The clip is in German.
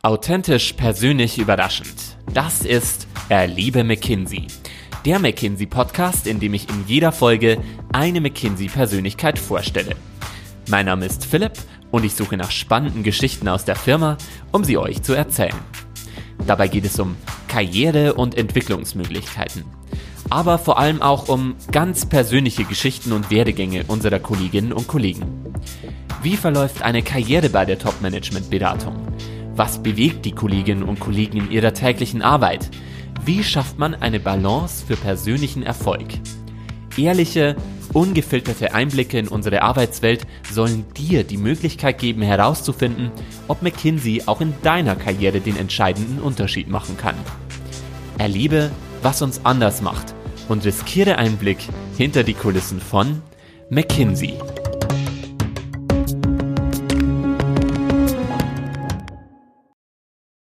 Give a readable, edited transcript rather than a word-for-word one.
Authentisch, persönlich, überraschend. Das ist Erlebe McKinsey. Der McKinsey-Podcast, in dem ich in jeder Folge eine McKinsey-Persönlichkeit vorstelle. Mein Name ist Philipp und ich suche nach spannenden Geschichten aus der Firma, um sie euch zu erzählen. Dabei geht es um Karriere- und Entwicklungsmöglichkeiten. Aber vor allem auch um ganz persönliche Geschichten und Werdegänge unserer Kolleginnen und Kollegen. Wie verläuft eine Karriere bei der Top-Management-Beratung? Was bewegt die Kolleginnen und Kollegen in ihrer täglichen Arbeit? Wie schafft man eine Balance für persönlichen Erfolg? Ehrliche, ungefilterte Einblicke in unsere Arbeitswelt sollen dir die Möglichkeit geben, herauszufinden, ob McKinsey auch in deiner Karriere den entscheidenden Unterschied machen kann. Erlebe, was uns anders macht und riskiere einen Blick hinter die Kulissen von McKinsey.